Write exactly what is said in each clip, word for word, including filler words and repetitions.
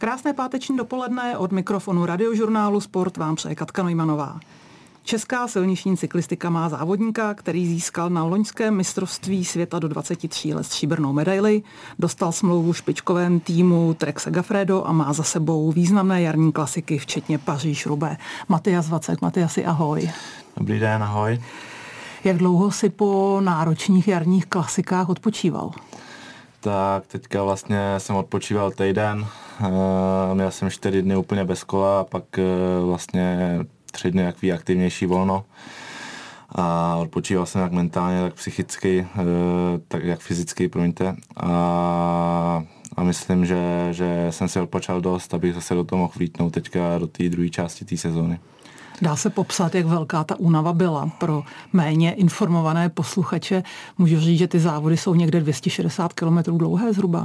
Krásné páteční dopoledne od mikrofonu Radiožurnálu Sport vám přeje Katka Neumannová. Česká silniční cyklistika má závodníka, který získal na loňském mistrovství světa do dvaceti tří let stříbrnou medaili, dostal smlouvu v špičkovém týmu Trek Segafredo a má za sebou významné jarní klasiky, včetně Paříž-Roubaix. Matias Vacek, Matiasi, ahoj. Dobrý den, ahoj. Jak dlouho si po náročných jarních klasikách odpočíval? Tak teďka vlastně jsem odpočíval týden, měl jsem čtyři dny úplně bez kola a pak vlastně tři dny jaký aktivnější volno. A odpočíval jsem jak mentálně, tak psychicky, tak jak fyzicky, promiňte. A, a myslím, že, že jsem si odpočal dost, abych zase do toho mohl vlítnout teďka do té druhé části té sezóny. Dá se popsat, jak velká ta únava byla pro méně informované posluchače. Můžu říct, že ty závody jsou někde dvě stě šedesát kilometrů dlouhé zhruba?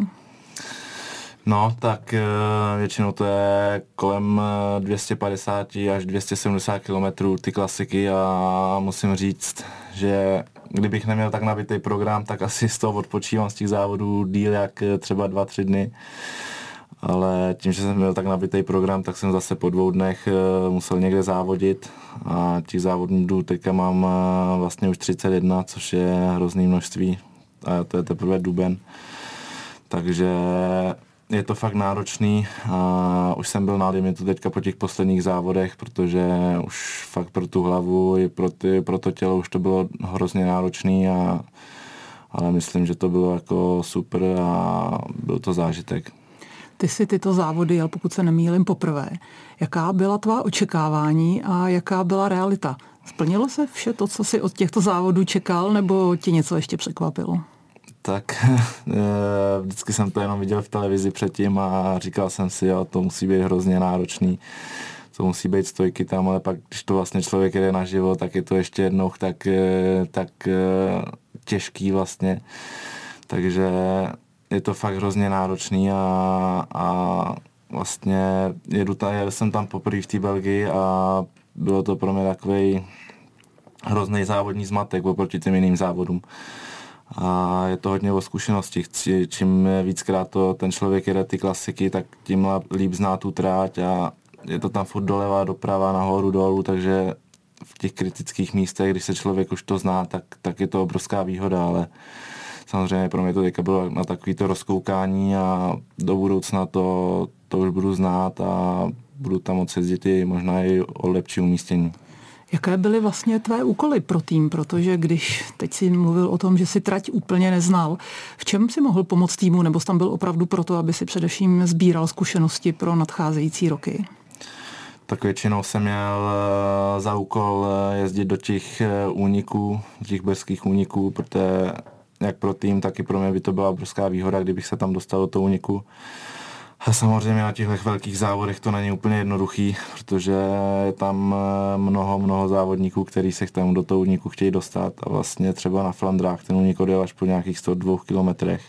No, tak většinou to je kolem dvě stě padesát až dvě stě sedmdesát kilometrů ty klasiky a musím říct, že kdybych neměl tak nabitý program, tak asi z toho odpočívám z těch závodů díl jak třeba dva, tři dny. Ale tím, že jsem měl tak nabitý program, tak jsem zase po dvou dnech musel někde závodit a těch závodů teďka mám vlastně už třicet jedna, což je hrozný množství a to je teprve duben. Takže je to fakt náročný a už jsem byl na limitu teďka po těch posledních závodech, protože už fakt pro tu hlavu i pro, ty, pro to tělo už to bylo hrozně náročný, a, ale myslím, že to bylo jako super a byl to zážitek. Ty si tyto závody jel, pokud se nemýlím, poprvé. Jaká byla tvá očekávání a jaká byla realita? Splnilo se vše to, co jsi od těchto závodů čekal, nebo tě něco ještě překvapilo? Tak vždycky jsem to jenom viděl v televizi předtím a říkal jsem si, jo, to musí být hrozně náročný, to musí být stojky tam, ale pak, když to vlastně člověk jede naživo, tak je to ještě jednou tak, tak těžký vlastně. Takže je to fakt hrozně náročný a, a vlastně jedu tam, jel jsem tam poprvé v té Belgii a bylo to pro mě takovej hrozný závodní zmatek oproti těm jiným závodům. A je to hodně o zkušenosti. Čím víckrát to ten člověk jede ty klasiky, tak tím líp zná tu tráť a je to tam furt doleva, doprava, nahoru, dolů, takže v těch kritických místech, když se člověk už to zná, tak, tak je to obrovská výhoda, ale samozřejmě pro mě to teďka bylo na takovýto rozkoukání a do budoucna to, to už budu znát a budu tam moct jezdit i možná i o lepší umístění. Jaké byly vlastně tvé úkoly pro tým? Protože když teď si mluvil o tom, že si trať úplně neznal, v čem si mohl pomoct týmu, nebo jsi tam byl opravdu proto, aby si především sbíral zkušenosti pro nadcházející roky? Tak většinou jsem měl za úkol jezdit do těch úniků, těch brzkých úniků, protože jak pro tým, tak i pro mě by to byla obrovská výhoda, kdybych se tam dostal do toho úniku. A samozřejmě na těch velkých závodech to není úplně jednoduchý, protože je tam mnoho, mnoho závodníků, kteří se tam do toho úniku chtějí dostat a vlastně třeba na Flandrách ten únik odjel až po nějakých sto dvou kilometrech.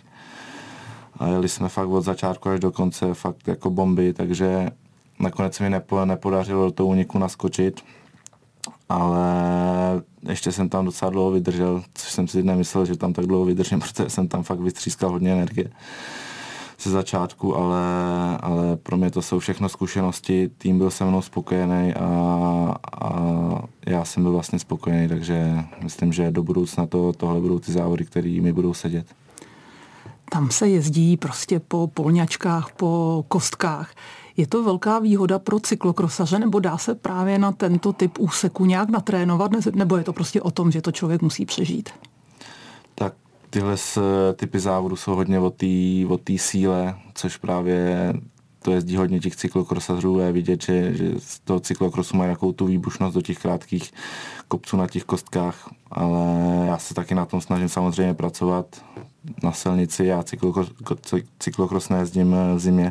A jeli jsme fakt od začátku až do konce, fakt jako bomby, takže nakonec se mi nepo, nepodařilo do toho úniku naskočit, ale ještě jsem tam docela dlouho vydržel, což jsem si nemyslel, že tam tak dlouho vydržím, protože jsem tam fakt vystřískal hodně energie ze začátku, ale, ale pro mě to jsou všechno zkušenosti, tým byl se mnou spokojený a, a já jsem byl vlastně spokojený, takže myslím, že do budoucna to, tohle budou ty závody, které mi budou sedět. Tam se jezdí prostě po polňačkách, po kostkách. Je to velká výhoda pro cyklokrosaře, nebo dá se právě na tento typ úseku nějak natrénovat, nebo je to prostě o tom, že to člověk musí přežít? Tak tyhle typy závodů jsou hodně o té o té síle, což právě to jezdí hodně těch cyklokrosařů. Je vidět, že, že z toho cyklokrosu mají jakou tu výbušnost do těch krátkých kopců na těch kostkách, ale já se taky na tom snažím samozřejmě pracovat na silnici. Já cyklokros, cyklokros nejezdím v zimě,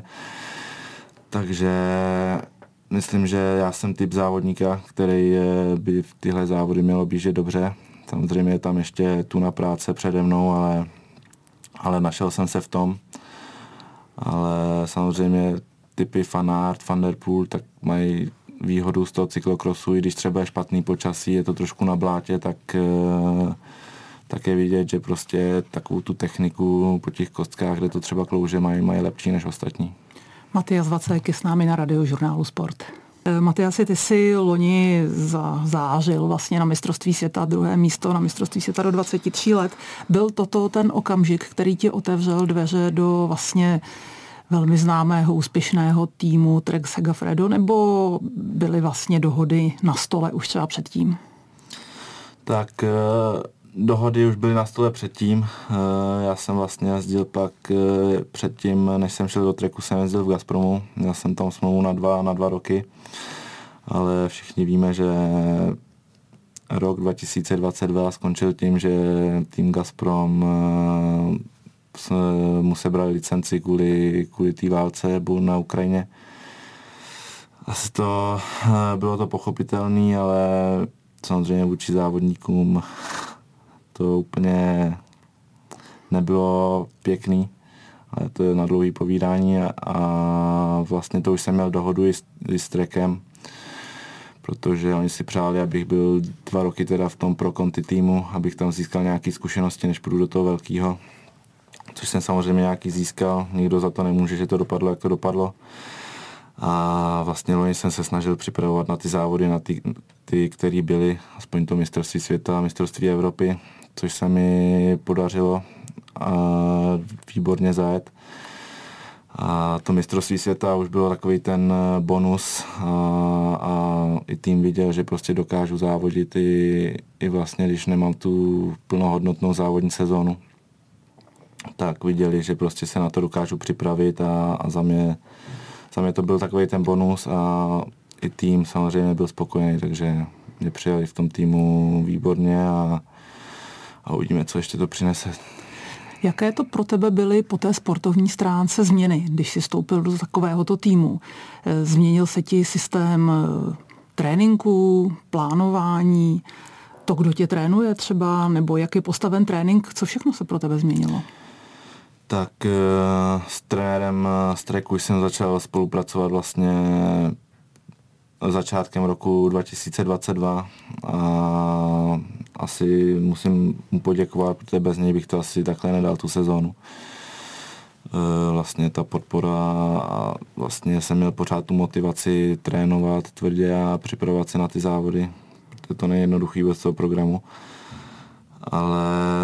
takže myslím, že já jsem typ závodníka, který by v tyhle závody mělo běžet dobře. Samozřejmě je tam ještě tu na práce přede mnou, ale, ale našel jsem se v tom. Ale samozřejmě typy Van Aert, Van der Poel, tak mají výhodu z toho cyklokrosu, i když třeba je špatný počasí, je to trošku na blátě, tak, tak je vidět, že prostě takovou tu techniku po těch kostkách, kde to třeba klouže, mají, mají lepší než ostatní. Matias Vacek je s námi na Radiožurnálu Sport. Matiasi, ty jsi loni zářil vlastně na mistrovství světa, druhé místo na mistrovství světa do dvaceti tří let. Byl toto ten okamžik, který ti otevřel dveře do vlastně velmi známého, úspěšného týmu Trek Segafredo, nebo byly vlastně dohody na stole už třeba předtím? Tak dohody už byly na stole předtím. Já jsem vlastně jezdil pak předtím, než jsem šel do Treku, jsem jezdil v Gazpromu. Měl jsem tam smlouvu na dva, na dva roky, ale všichni víme, že rok dva tisíce dvacet dva skončil tím, že tým Gazprom mu sebrali licenci kvůli, kvůli té válce na Ukrajině. Asi to, bylo to pochopitelné, ale samozřejmě vůči závodníkům to úplně nebylo pěkný, ale to je na dlouhý povídání a vlastně to už jsem měl dohodu i s, i s Trekem, protože oni si přáli, abych byl dva roky teda v tom pro Conti týmu, abych tam získal nějaké zkušenosti, než půjdu do toho velkého, což jsem samozřejmě nějaký získal, nikdo za to nemůže, že to dopadlo, jak to dopadlo. A vlastně loni jsem se snažil připravovat na ty závody, na ty, ty které byly, aspoň to mistrovství světa a mistrovství Evropy, což se mi podařilo a výborně zajet. A to mistrovství světa už bylo takový ten bonus a, a i tým viděl, že prostě dokážu závodit i, i vlastně, když nemám tu plnohodnotnou závodní sezónu, tak viděli, že prostě se na to dokážu připravit a, a za mě Za mě to byl takový ten bonus a i tým samozřejmě byl spokojený, takže mě přijali v tom týmu výborně a, a uvidíme, co ještě to přinese. Jaké to pro tebe byly po té sportovní stránce změny, když jsi vstoupil do takovéhoto týmu? Změnil se ti systém tréninku, plánování, to, kdo tě trénuje třeba, nebo jak je postaven trénink, co všechno se pro tebe změnilo? Tak s trenérem z Treku jsem začal spolupracovat vlastně začátkem roku dva tisíce dvacet dva a asi musím mu poděkovat, protože bez něj bych to asi takhle nedal tu sezónu. Vlastně ta podpora a vlastně jsem měl pořád tu motivaci trénovat tvrdě a připravovat se na ty závody. To, to není jednoduchý bez toho programu, ale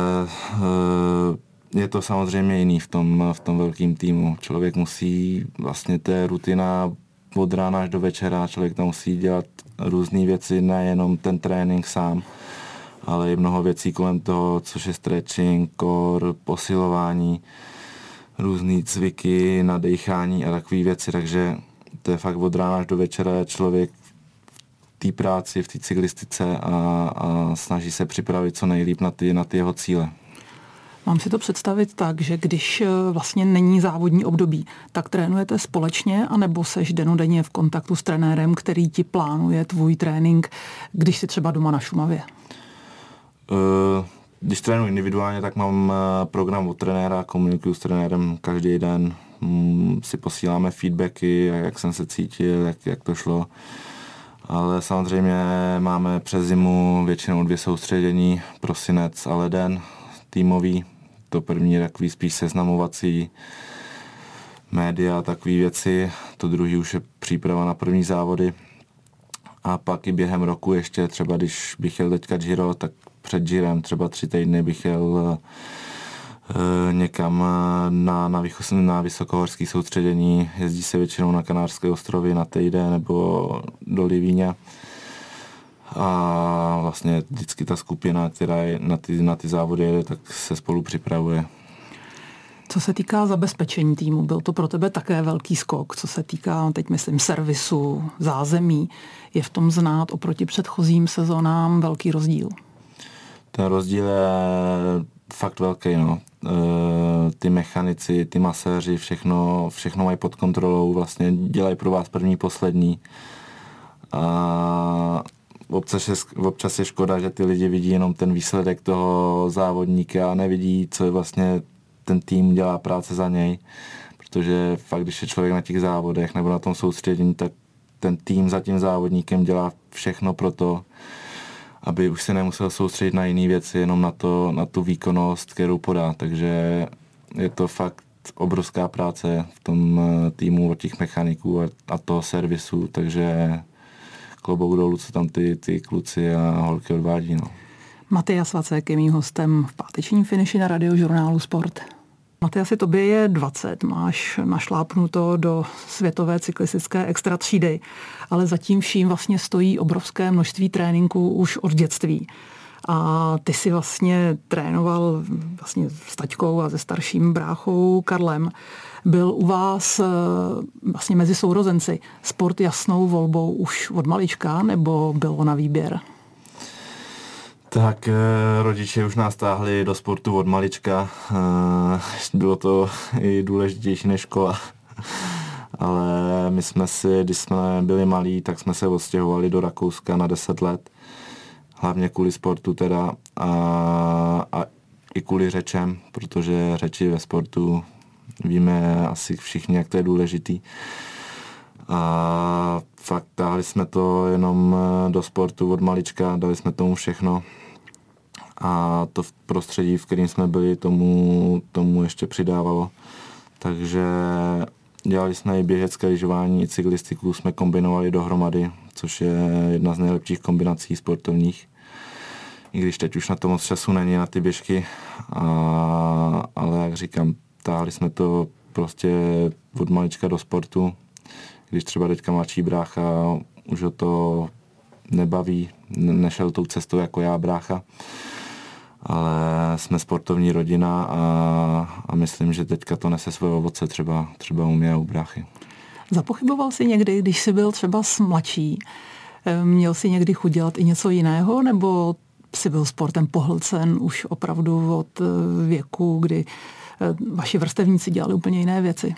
je to samozřejmě jiný v tom, v tom velkém týmu. Člověk musí, vlastně to je rutina od rána až do večera, člověk tam musí dělat různé věci, nejenom ten trénink sám, ale i mnoho věcí kolem toho, což je stretching, core, posilování, různé cviky, nadechání a takové věci, takže to je fakt od rána až do večera člověk v té práci, v té cyklistice a, a snaží se připravit co nejlíp na ty, na ty jeho cíle. Mám si to představit tak, že když vlastně není závodní období, tak trénujete společně, anebo seš dennodenně v kontaktu s trenérem, který ti plánuje tvůj trénink, když jsi třeba doma na Šumavě? Když trénuji individuálně, tak mám program od trenéra, komunikuju s trenérem každý den, si posíláme feedbacky, jak jsem se cítil, jak, jak to šlo. Ale samozřejmě máme přes zimu většinou dvě soustředění, prosinec a leden, týmový. To první je takový spíš seznamovací, média, takové věci. To druhý už je příprava na první závody. A pak i během roku ještě třeba, když bych jel teďka Giro, tak před Girem třeba tři týdny bych jel e, někam na, na, na vysokohorské soustředění. Jezdí se většinou na Kanárské ostrovy na Tejde nebo do Livíně. A vlastně vždycky ta skupina, která je na ty, na ty závody jede, tak se spolu připravuje. Co se týká zabezpečení týmu, byl to pro tebe také velký skok. Co se týká, teď myslím, servisu, zázemí, je v tom znát oproti předchozím sezónám velký rozdíl? Ten rozdíl je fakt velký, no. E, ty mechanici, ty maséři, všechno, všechno mají pod kontrolou, vlastně dělají pro vás první, poslední. A Občas je, občas je škoda, že ty lidi vidí jenom ten výsledek toho závodníka a nevidí, co je vlastně ten tým dělá práce za něj. Protože fakt, když je člověk na těch závodech nebo na tom soustředění, tak ten tým za tím závodníkem dělá všechno pro to, aby už se nemusel soustředit na jiné věci, jenom na, to, na tu výkonnost, kterou podá. Takže je to fakt obrovská práce v tom týmu od těch mechaniků a, a toho servisu, takže klobouk dolů, co tam ty, ty kluci a holky odvádí. No. Matyáš Vacek je mým hostem v pátečním finiši na Radiožurnálu Sport. Matyáši, tobě je dvacet, máš našlápnuto do světové cyklistické extra třídy, ale zatím vším vlastně stojí obrovské množství tréninků už od dětství. A ty si vlastně trénoval vlastně s taťkou a se starším bráchou Karlem. Byl u vás vlastně mezi sourozenci sport jasnou volbou už od malička, nebo bylo na výběr? Tak rodiče už nás táhli do sportu od malička. Bylo to i důležitější než škola. Ale my jsme si, když jsme byli malí, tak jsme se odstěhovali do Rakouska na deset let. Hlavně kvůli sportu teda a, a i kvůli řečem, protože řeči ve sportu víme asi všichni, jak to je důležitý. A fakt táhli jsme to jenom do sportu od malička, dali jsme tomu všechno. A to v prostředí, v kterém jsme byli, tomu, tomu ještě přidávalo. Takže dělali jsme i běžecké lyžování, i cyklistiku jsme kombinovali dohromady, což je jedna z nejlepších kombinací sportovních. I když teď už na to moc času není, na ty běžky, a, ale jak říkám, táhli jsme to prostě od malička do sportu. Když třeba teďka mladší brácha už ho to nebaví, nešel tou cestou jako já brácha, ale jsme sportovní rodina a, a myslím, že teďka to nese svoje ovoce třeba, třeba u mě a u bráchy. Zapochyboval jsi někdy, když jsi byl třeba mladší, měl jsi někdy chuť dělat i něco jiného, nebo jsi byl sportem pohlcen už opravdu od věku, kdy vaši vrstevníci dělali úplně jiné věci?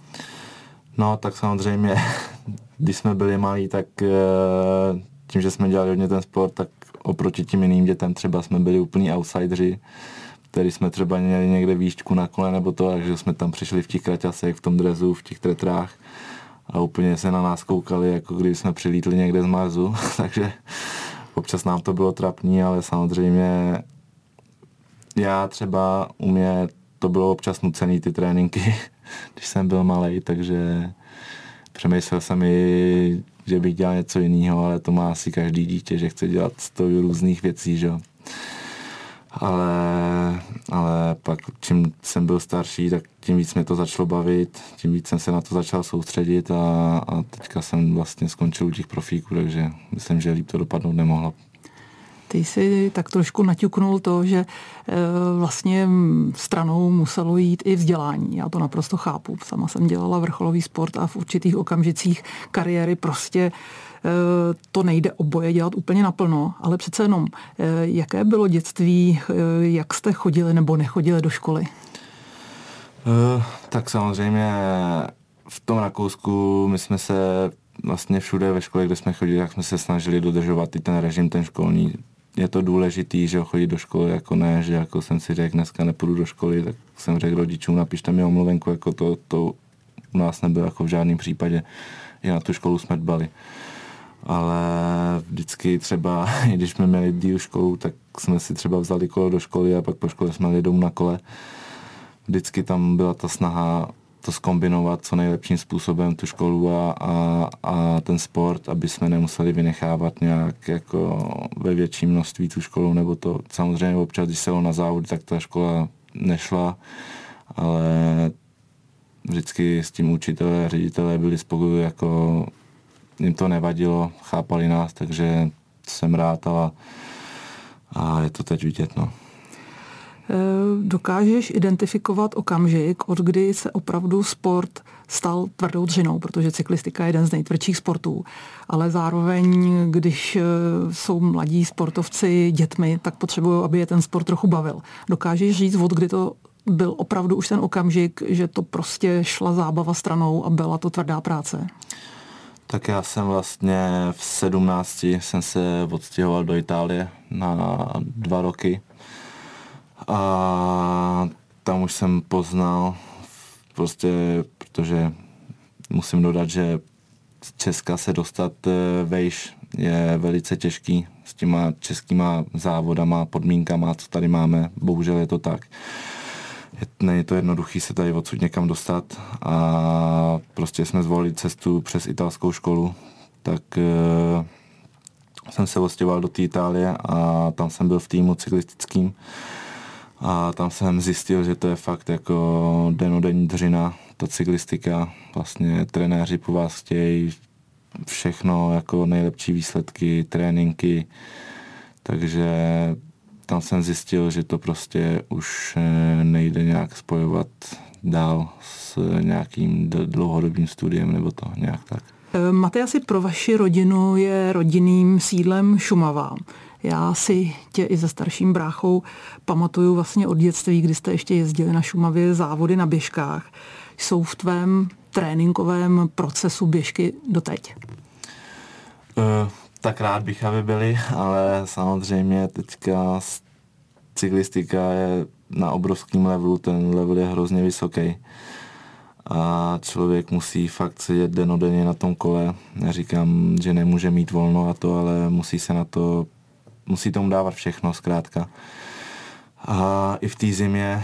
No, tak samozřejmě, když jsme byli malí, tak tím, že jsme dělali hodně ten sport, tak oproti tím jiným dětem třeba jsme byli úplní outsideri, který jsme třeba měli někde výšku na kole nebo to, takže jsme tam přišli v těch kraťasech, v tom drezu, v těch tretrách a úplně se na nás koukali, jako když jsme přilítli někde z Marsu, takže občas nám to bylo trapný, ale samozřejmě já třeba u mě to bylo občas nucený ty tréninky, když jsem byl malej, takže přemýšlel jsem i, že bych dělal něco jiného, ale to má asi každý dítě, že chce dělat sto různých věcí, že? Ale, ale pak čím jsem byl starší, tak tím víc mě to začalo bavit, tím víc jsem se na to začal soustředit a, a teďka jsem vlastně skončil u těch profíků, takže myslím, že líp to dopadnout nemohlo. Ty jsi tak trošku naťuknul to, že e, vlastně stranou muselo jít i vzdělání. Já to naprosto chápu. Sama jsem dělala vrcholový sport a v určitých okamžicích kariéry prostě e, to nejde oboje dělat úplně naplno, ale přece jenom, e, jaké bylo dětství, e, jak jste chodili nebo nechodili do školy? E, tak samozřejmě v tom Rakousku my jsme se vlastně všude ve škole, kde jsme chodili, tak jsme se snažili dodržovat i ten režim, ten školní. Je to důležitý, že chodit do školy, jako ne, že jako jsem si řekl, dneska nepůjdu do školy, tak jsem řekl rodičům, napište mi omluvenku, jako to, to u nás nebylo jako v žádném případě. I na tu školu jsme dbali. Ale vždycky třeba, i když jsme měli díl školu, tak jsme si třeba vzali kolo do školy a pak po škole jsme jeli domů na kole. Vždycky tam byla ta snaha to zkombinovat co nejlepším způsobem tu školu a, a, a ten sport, aby jsme nemuseli vynechávat nějak jako ve větším množství tu školu, nebo to samozřejmě občas, když se jelo na závod, tak ta škola nešla, ale vždycky s tím učitelé a ředitelé byli spokojení, jako jim to nevadilo, chápali nás, takže jsem rád a, a je to teď vidět, no. Dokážeš identifikovat okamžik, od kdy se opravdu sport stal tvrdou dřinou, protože cyklistika je jeden z nejtvrdších sportů, ale zároveň, když jsou mladí sportovci dětmi, tak potřebují, aby je ten sport trochu bavil. Dokážeš říct, od kdy to byl opravdu už ten okamžik, že to prostě šla zábava stranou a byla to tvrdá práce? Tak já jsem vlastně v sedmnácti jsem se odstěhoval do Itálie na dva roky. A tam už jsem poznal, prostě, protože musím dodat, že z Česka se dostat vejš je velice těžký s těma českýma závodama, podmínkama, co tady máme, bohužel je to tak. není to jednoduchý se tady odsud někam dostat a prostě jsme zvolili cestu přes italskou školu, tak uh, jsem se odstěhoval do té Itálie a tam jsem byl v týmu cyklistickým a tam jsem zjistil, že to je fakt jako denodenní dřina, ta cyklistika, vlastně trenéři po vás chtějí všechno, jako nejlepší výsledky, tréninky, takže tam jsem zjistil, že to prostě už nejde nějak spojovat dál s nějakým dlouhodobým studiem nebo to nějak tak. Matyasi, pro vaši rodinu je rodinným sídlem Šumava. Já si tě i se starším bráchou pamatuju vlastně od dětství, kdy jste ještě jezdili na Šumavě závody na běžkách. Jsou v tvém tréninkovém procesu běžky doteď? Uh, tak rád bych, aby byli, ale samozřejmě teďka cyklistika je na obrovském levelu, ten level je hrozně vysoký. A člověk musí fakt sedět denodenně na tom kole. Neříkám, že nemůže mít volno a to, ale musí se na to, musí tomu dávat všechno zkrátka. A i v té zimě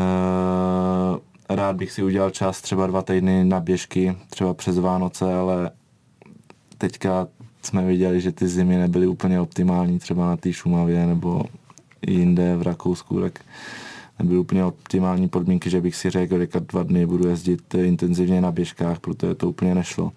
e, rád bych si udělal čas třeba dva týdny na běžky, třeba přes Vánoce, ale teďka jsme viděli, že ty zimy nebyly úplně optimální, třeba na té Šumavě nebo i jinde v Rakousku, tak nebyly úplně optimální podmínky, že bych si řekl, že dva dny budu jezdit intenzivně na běžkách, protože to úplně nešlo.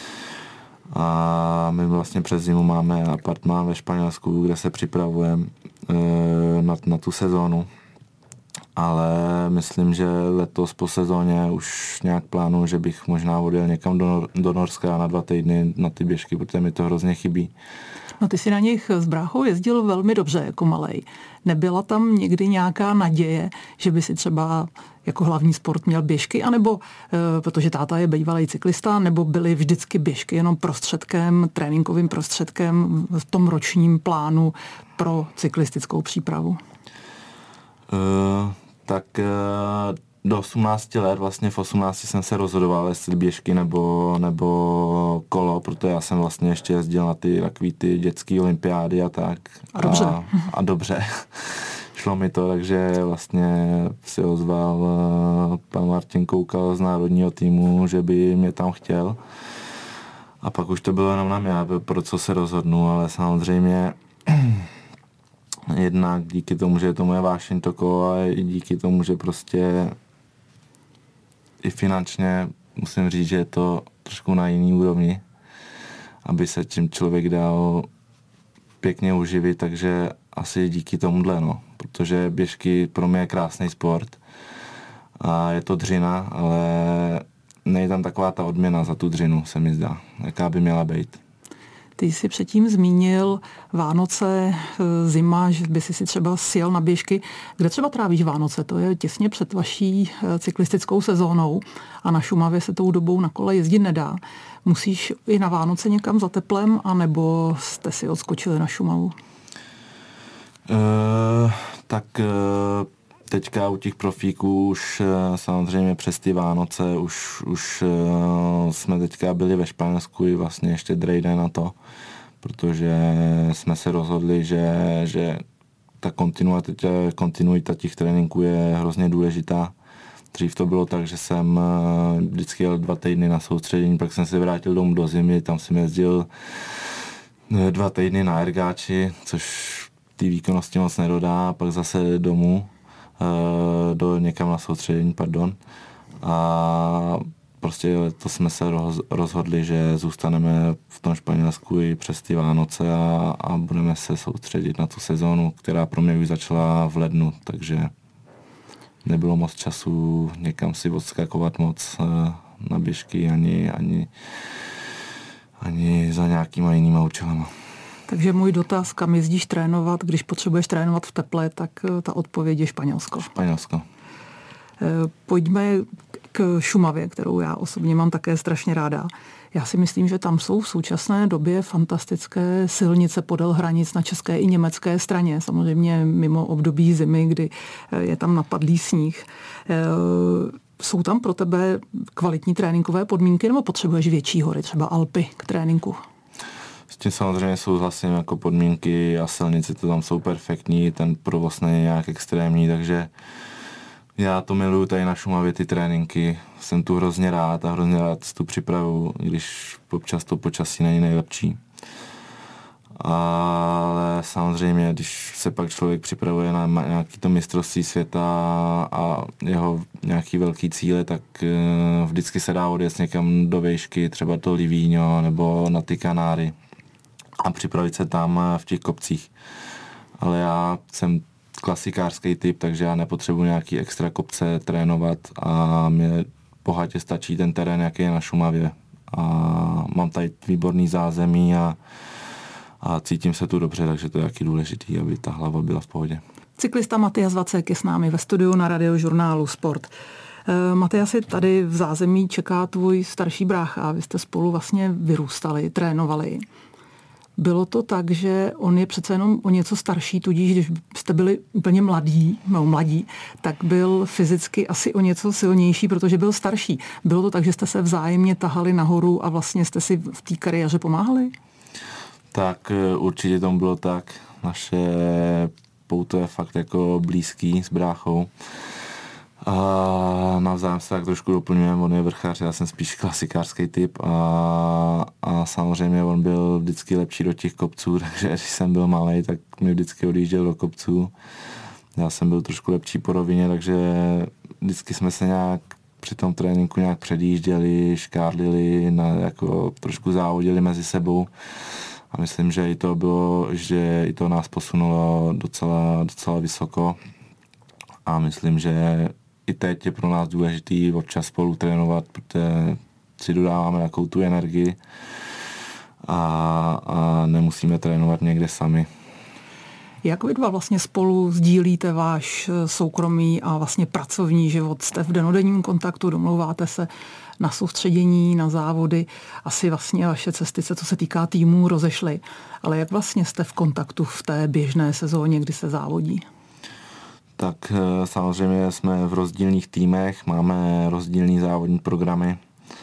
A my vlastně přes zimu máme apartmán ve Španělsku, kde se připravujeme e, na, na tu sezónu. Ale myslím, že letos po sezóně už nějak plánuju, že bych možná odjel někam do, do Norska na dva týdny na ty běžky, protože mi to hrozně chybí. No ty si na nich s bráchou jezdil velmi dobře jako malej. Nebyla tam někdy nějaká naděje, že by si třeba jako hlavní sport měl běžky, anebo e, protože táta je bývalý cyklista, nebo byly vždycky běžky jenom prostředkem, tréninkovým prostředkem v tom ročním plánu pro cyklistickou přípravu? Uh, tak uh, do osmnácti let, vlastně v osmnácti jsem se rozhodoval, jestli běžky nebo, nebo kolo, protože já jsem vlastně ještě jezdil na ty takový ty dětský olympiády a tak. A dobře. A, a dobře. Šlo mi to, takže vlastně si ozval uh, pan Martin Koukal z národního týmu, že by mě tam chtěl. A pak už to bylo jenom na mě, pro co se rozhodnu, ale samozřejmě jednak díky tomu, že je to moje vášeň to kolo, a i díky tomu, že prostě i finančně musím říct, že je to trošku na jiný úrovni, aby se tím člověk dal pěkně uživit, takže asi díky tomuhle, no, protože běžky pro mě je krásný sport a je to dřina, ale nejde tam taková ta odměna za tu dřinu, se mi zdá, jaká by měla být. Ty jsi předtím zmínil Vánoce, zima, že by si si třeba sjel na běžky. Kde třeba trávíš Vánoce? To je těsně před vaší cyklistickou sezónou a na Šumavě se tou dobou na kole jezdit nedá. Musíš i na Vánoce někam za teplem, anebo jste si odskočili na Šumavu? Uh, tak uh, teďka u těch profíků už uh, samozřejmě přes ty Vánoce už, už uh, jsme teďka byli ve Španělsku i vlastně ještě drejde na to, protože jsme se rozhodli, že, že ta kontinuita, kontinuita těch tréninků je hrozně důležitá. Dřív to bylo tak, že jsem uh, vždycky jel dva týdny na soustředění, pak jsem se vrátil domů do zimy, tam jsem jezdil uh, dva týdny na ergáči, což ty výkonnosti moc nedodá, a pak zase domů, do někam na soustředění, pardon. A prostě to jsme se rozhodli, že zůstaneme v tom Španělsku i přes ty Vánoce a, a budeme se soustředit na tu sezónu, která pro mě už začala v lednu, takže nebylo moc času někam si odskakovat moc na běžky ani, ani, ani za nějakýma jinýma účelama. Takže můj dotaz, kam jezdíš trénovat, když potřebuješ trénovat v teple, tak ta odpověď je Španělsko. Španělsko. Pojďme k Šumavě, kterou já osobně mám také strašně ráda. Já si myslím, že tam jsou v současné době fantastické silnice podél hranic na české i německé straně. Samozřejmě mimo období zimy, kdy je tam napadlý sníh. Jsou tam pro tebe kvalitní tréninkové podmínky nebo potřebuješ větší hory, třeba Alpy k tréninku? S tím samozřejmě souhlasím, jako podmínky a silnice to tam jsou perfektní, ten provoz není nějak extrémní, takže Já to miluju tady na Šumavě, ty tréninky. Jsem tu hrozně rád a hrozně rád tu připravu, když občas to počasí není nejlepší. Ale samozřejmě, když se pak člověk připravuje na nějaký to mistrovství světa a jeho nějaký velký cíle, tak vždycky se dá odjet někam do výšky, třeba to Livigno nebo na ty Kanáry a připravit se tam v těch kopcích. Ale já jsem klasikářský typ, takže já nepotřebuji nějaký extra kopce trénovat a mě bohatě stačí ten terén, jaký je na Šumavě. A mám tady výborný zázemí a, a cítím se tu dobře, takže to je taky důležitý, aby ta hlava byla v pohodě. Cyklista Matyáš Vacek je s námi ve studiu na Radiožurnálu Sport. Matyáši, tady v zázemí čeká tvůj starší brácha, vy jste spolu vlastně vyrůstali, trénovali. Bylo to tak, že on je přece jenom o něco starší, tudíž když jste byli úplně mladí, no mladí, tak byl fyzicky asi o něco silnější, protože byl starší. Bylo to tak, že jste se vzájemně tahali nahoru a vlastně jste si v té kariéře pomáhali? Tak určitě tomu bylo tak. Naše pouto je fakt jako blízký s bráchou. A navzájem se tak trošku doplňujeme, on je vrchař, já jsem spíš klasikářský typ a, a samozřejmě on byl vždycky lepší do těch kopců, takže když jsem byl malej, tak mi vždycky odjížděl do kopců. Já jsem byl trošku lepší po rovině, takže vždycky jsme se nějak při tom tréninku nějak předjížděli, škádlili, na, jako trošku závodili mezi sebou. A myslím, že i to bylo, že i to nás posunulo docela, docela vysoko. A myslím, že i teď je pro nás důležitý občas spolu trénovat, protože si dodáváme jakou tu energii a, a nemusíme trénovat někde sami. Jak vy dva vlastně spolu sdílíte váš soukromý a vlastně pracovní život? Jste v dennodenním kontaktu, domlouváte se na soustředění, na závody. Asi vlastně vaše cesty se, co se týká týmů, rozešly. Ale jak vlastně jste v kontaktu v té běžné sezóně, kdy se závodí? Tak samozřejmě jsme v rozdílných týmech, máme rozdílný závodní programy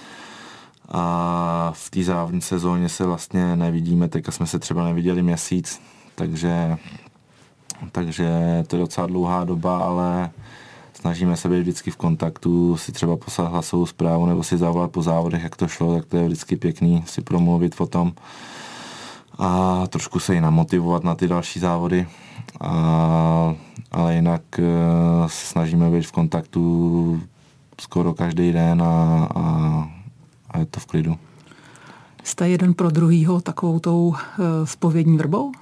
a v té závodní sezóně se vlastně nevidíme, teďka jsme se třeba neviděli měsíc, takže, takže to je docela dlouhá doba, ale snažíme se být vždycky v kontaktu, si třeba poslat hlasovou zprávu nebo si zavolat po závodech, jak to šlo, tak to je vždycky pěkný si promluvit o tom a trošku se i namotivovat na ty další závody. A, ale jinak uh, se snažíme být v kontaktu skoro každý den a, a, a je to v klidu. Jste jeden pro druhýho takovou tou uh, zpovědní vrbou?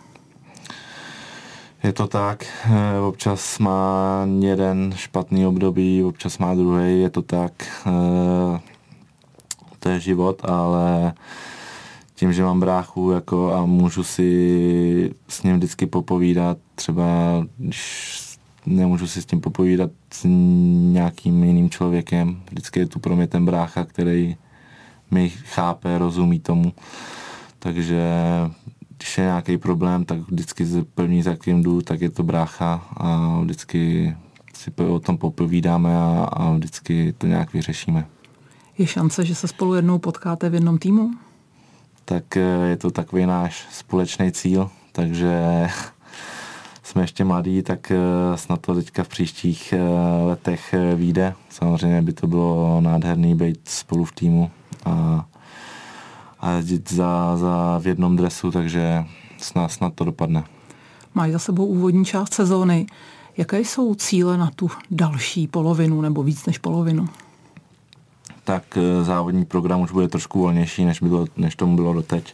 Je to tak. Občas má jeden špatný období, občas má druhý, je to tak. Uh, to je život, ale tím, že mám bráchu jako a můžu si s ním vždycky popovídat, třeba když nemůžu si s tím popovídat s nějakým jiným člověkem, vždycky je tu pro mě ten brácha, který mi chápe, rozumí tomu. Takže když je nějaký problém, tak vždycky první, za kterým jdu, tak je to brácha a vždycky si o tom popovídáme a, a vždycky to nějak vyřešíme. Je šance, že se spolu jednou potkáte v jednom týmu? Tak je to takový náš společný cíl, takže jsme ještě mladí, tak snad to teďka v příštích letech vyjde. Samozřejmě by to bylo nádherný být spolu v týmu a, a jezdit za, za v jednom dresu, takže snad, snad to dopadne. Máš za sebou úvodní část sezóny. Jaké jsou cíle na tu další polovinu nebo víc než polovinu? Tak závodní program už bude trošku volnější, než, bylo, než tomu bylo doteď.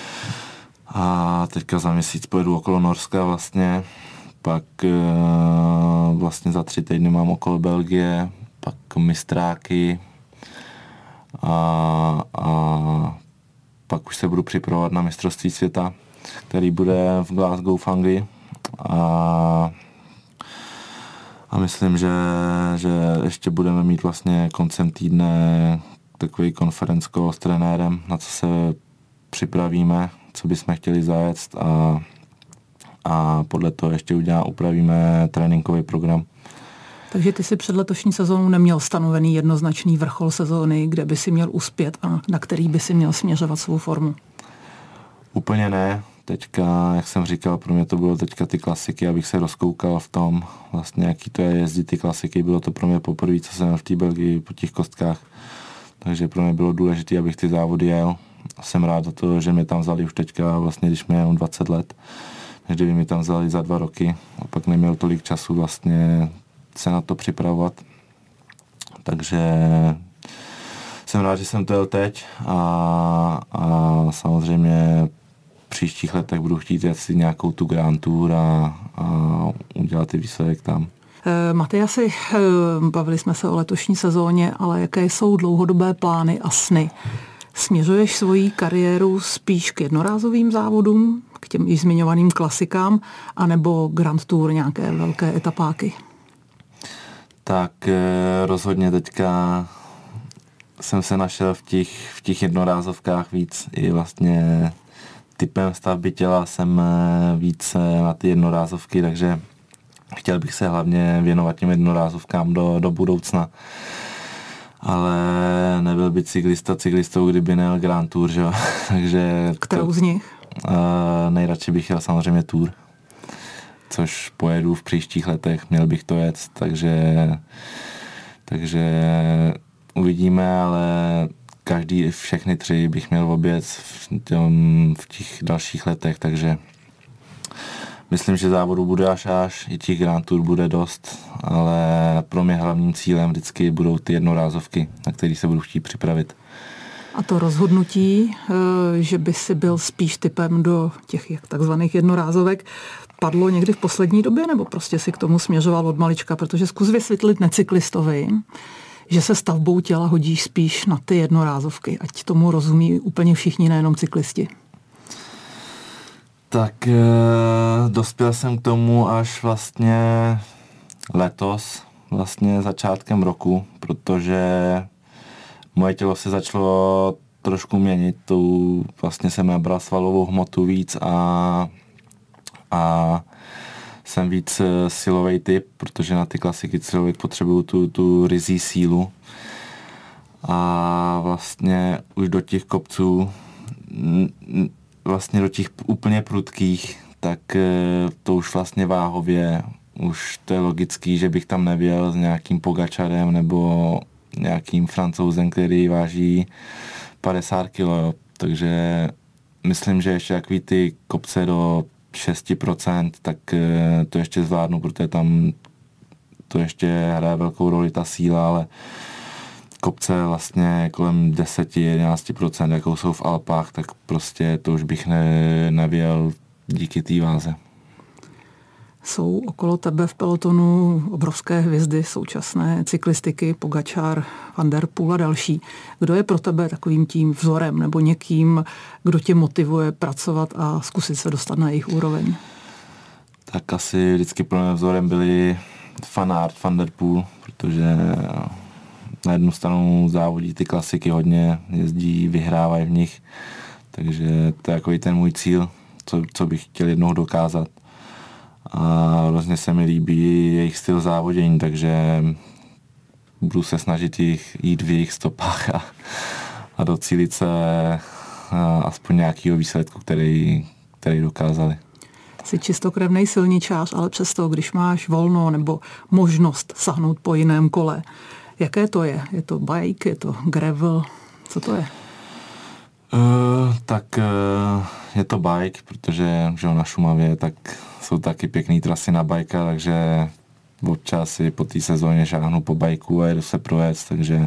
A teďka za měsíc pojedu okolo Norska vlastně, pak vlastně za tři týdny mám okolo Belgie, pak mistráky a, a pak už se budu připravovat na mistrovství světa, který bude v Glasgow v Anglii. A A myslím, že, že ještě budeme mít vlastně koncem týdne takový konferenc call s trenérem, na co se připravíme, co bychom chtěli zajet a, a podle toho ještě udělá, upravíme tréninkový program. Takže ty si před letošní sezónou neměl stanovený jednoznačný vrchol sezóny, kde by si měl uspět a na který by si měl směřovat svou formu? Úplně ne, Teďka, jak jsem říkal, pro mě to bylo teďka ty klasiky, abych se rozkoukal v tom, vlastně jaký to je jezdit ty klasiky. Bylo to pro mě poprvé, co jsem v té Belgii po těch kostkách. Takže pro mě bylo důležité, abych ty závody jel. A jsem rád za to, že mě tam vzali už teďka, vlastně když mě jenom dvacet let. Než kdyby mě tam vzali za dva roky. A pak neměl tolik času vlastně se na to připravovat. Takže jsem rád, že jsem to jel teď a, a samozřejmě v příštích letech budu chtít jet si nějakou tu Grand Tour a, a udělat ty výsledek tam. Matyasi, bavili jsme se o letošní sezóně, ale jaké jsou dlouhodobé plány a sny? Směřuješ svoji kariéru spíš k jednorázovým závodům, k těm již zmiňovaným klasikám, anebo Grand Tour, nějaké velké etapáky? Tak rozhodně teďka jsem se našel v těch, v těch jednorázovkách víc. I vlastně typem stavby těla jsem víc na ty jednorázovky, takže chtěl bych se hlavně věnovat těm jednorázovkám do, do budoucna. Ale nebyl by cyklista cyklistou, kdyby nejel Grand Tour, že jo? Takže kterou to, z nich? Uh, nejradši bych jel samozřejmě Tour, což pojedu v příštích letech, měl bych to jet, takže, takže uvidíme, ale každý, všechny tři bych měl obět v, v těch dalších letech, takže myslím, že závodu bude až až, i těch Grand Tour bude dost, ale pro mě hlavním cílem vždycky budou ty jednorázovky, na který se budu chtít připravit. A to rozhodnutí, že by si byl spíš typem do těch takzvaných jednorázovek, padlo někdy v poslední době, nebo prostě si k tomu směřoval od malička? Protože zkus vysvětlit necyklistovi, že se stavbou těla hodíš spíš na ty jednorázovky, ať tomu rozumí úplně všichni, nejenom cyklisti. Tak e, dospěl jsem k tomu až vlastně letos, vlastně začátkem roku, protože moje tělo se začalo trošku měnit, tu vlastně jsem nabral svalovou hmotu víc a, a jsem víc silový typ, protože na ty klasiky člověk potřebuje tu, tu ryzí sílu a vlastně už do těch kopců vlastně do těch úplně prudkých, tak to už vlastně váhově, už to je logický, že bych tam nevěl s nějakým Pogačarem nebo nějakým Francouzem, který váží padesát kilo, takže myslím, že ještě jaký ty kopce do šest procent, tak to ještě zvládnu, protože tam to ještě hraje velkou roli ta síla, ale kopce vlastně kolem deset až jedenáct procent, jakou jsou v Alpách, tak prostě to už bych ne, nevěl díky té váze. Jsou okolo tebe v pelotonu obrovské hvězdy současné cyklistiky, Pogačar, Van der Poel a další. Kdo je pro tebe takovým tím vzorem nebo někým, kdo tě motivuje pracovat a zkusit se dostat na jejich úroveň? Tak asi vždycky pro mě vzorem byli Van Aert, Van der Poel, protože na jednu stranu závodí ty klasiky hodně, jezdí, vyhrávají v nich, takže to je takový ten můj cíl, co, co bych chtěl jednou dokázat. A hrozně se mi líbí jejich styl závodění, takže budu se snažit jich, jít v jejich stopách a, a docílit se aspoň nějakého výsledku, který, který dokázali. Jsi čistokrevnej silničář, ale přesto, když máš volno nebo možnost sahnout po jiném kole, jaké to je? Je to bike, je to gravel? Co to je? Uh, tak uh, je to bike, protože že na Šumavě tak jsou taky pěkný trasy na bajka, takže občas si po té sezóně šáhnu po bajku a jedu se projet, takže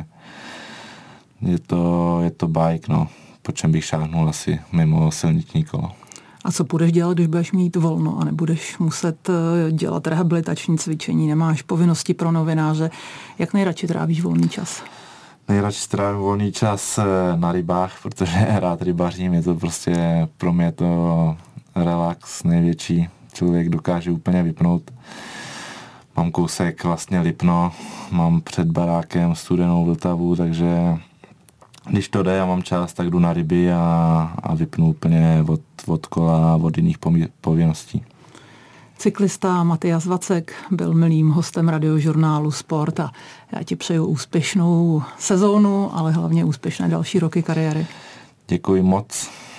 je to, je to bike, no, po čem bych šáhnul asi mimo silniční kolo. A co budeš dělat, když budeš mít volno a nebudeš muset dělat rehabilitační cvičení, nemáš povinnosti pro novináře, jak nejradši trávíš volný čas? Nejradši trávím volný čas na rybách, protože rád rybařím, je to prostě pro mě to relax největší. Člověk dokáže úplně vypnout. Mám kousek vlastně Lipno, mám před barákem studenou Vltavu, takže když to jde a mám čas, tak jdu na ryby a, a vypnu úplně od, od kola a od jiných povinností. Cyklista Matyas Vacek byl milým hostem radiožurnálu Sport a já ti přeju úspěšnou sezónu, ale hlavně úspěšné další roky kariéry. Děkuji moc.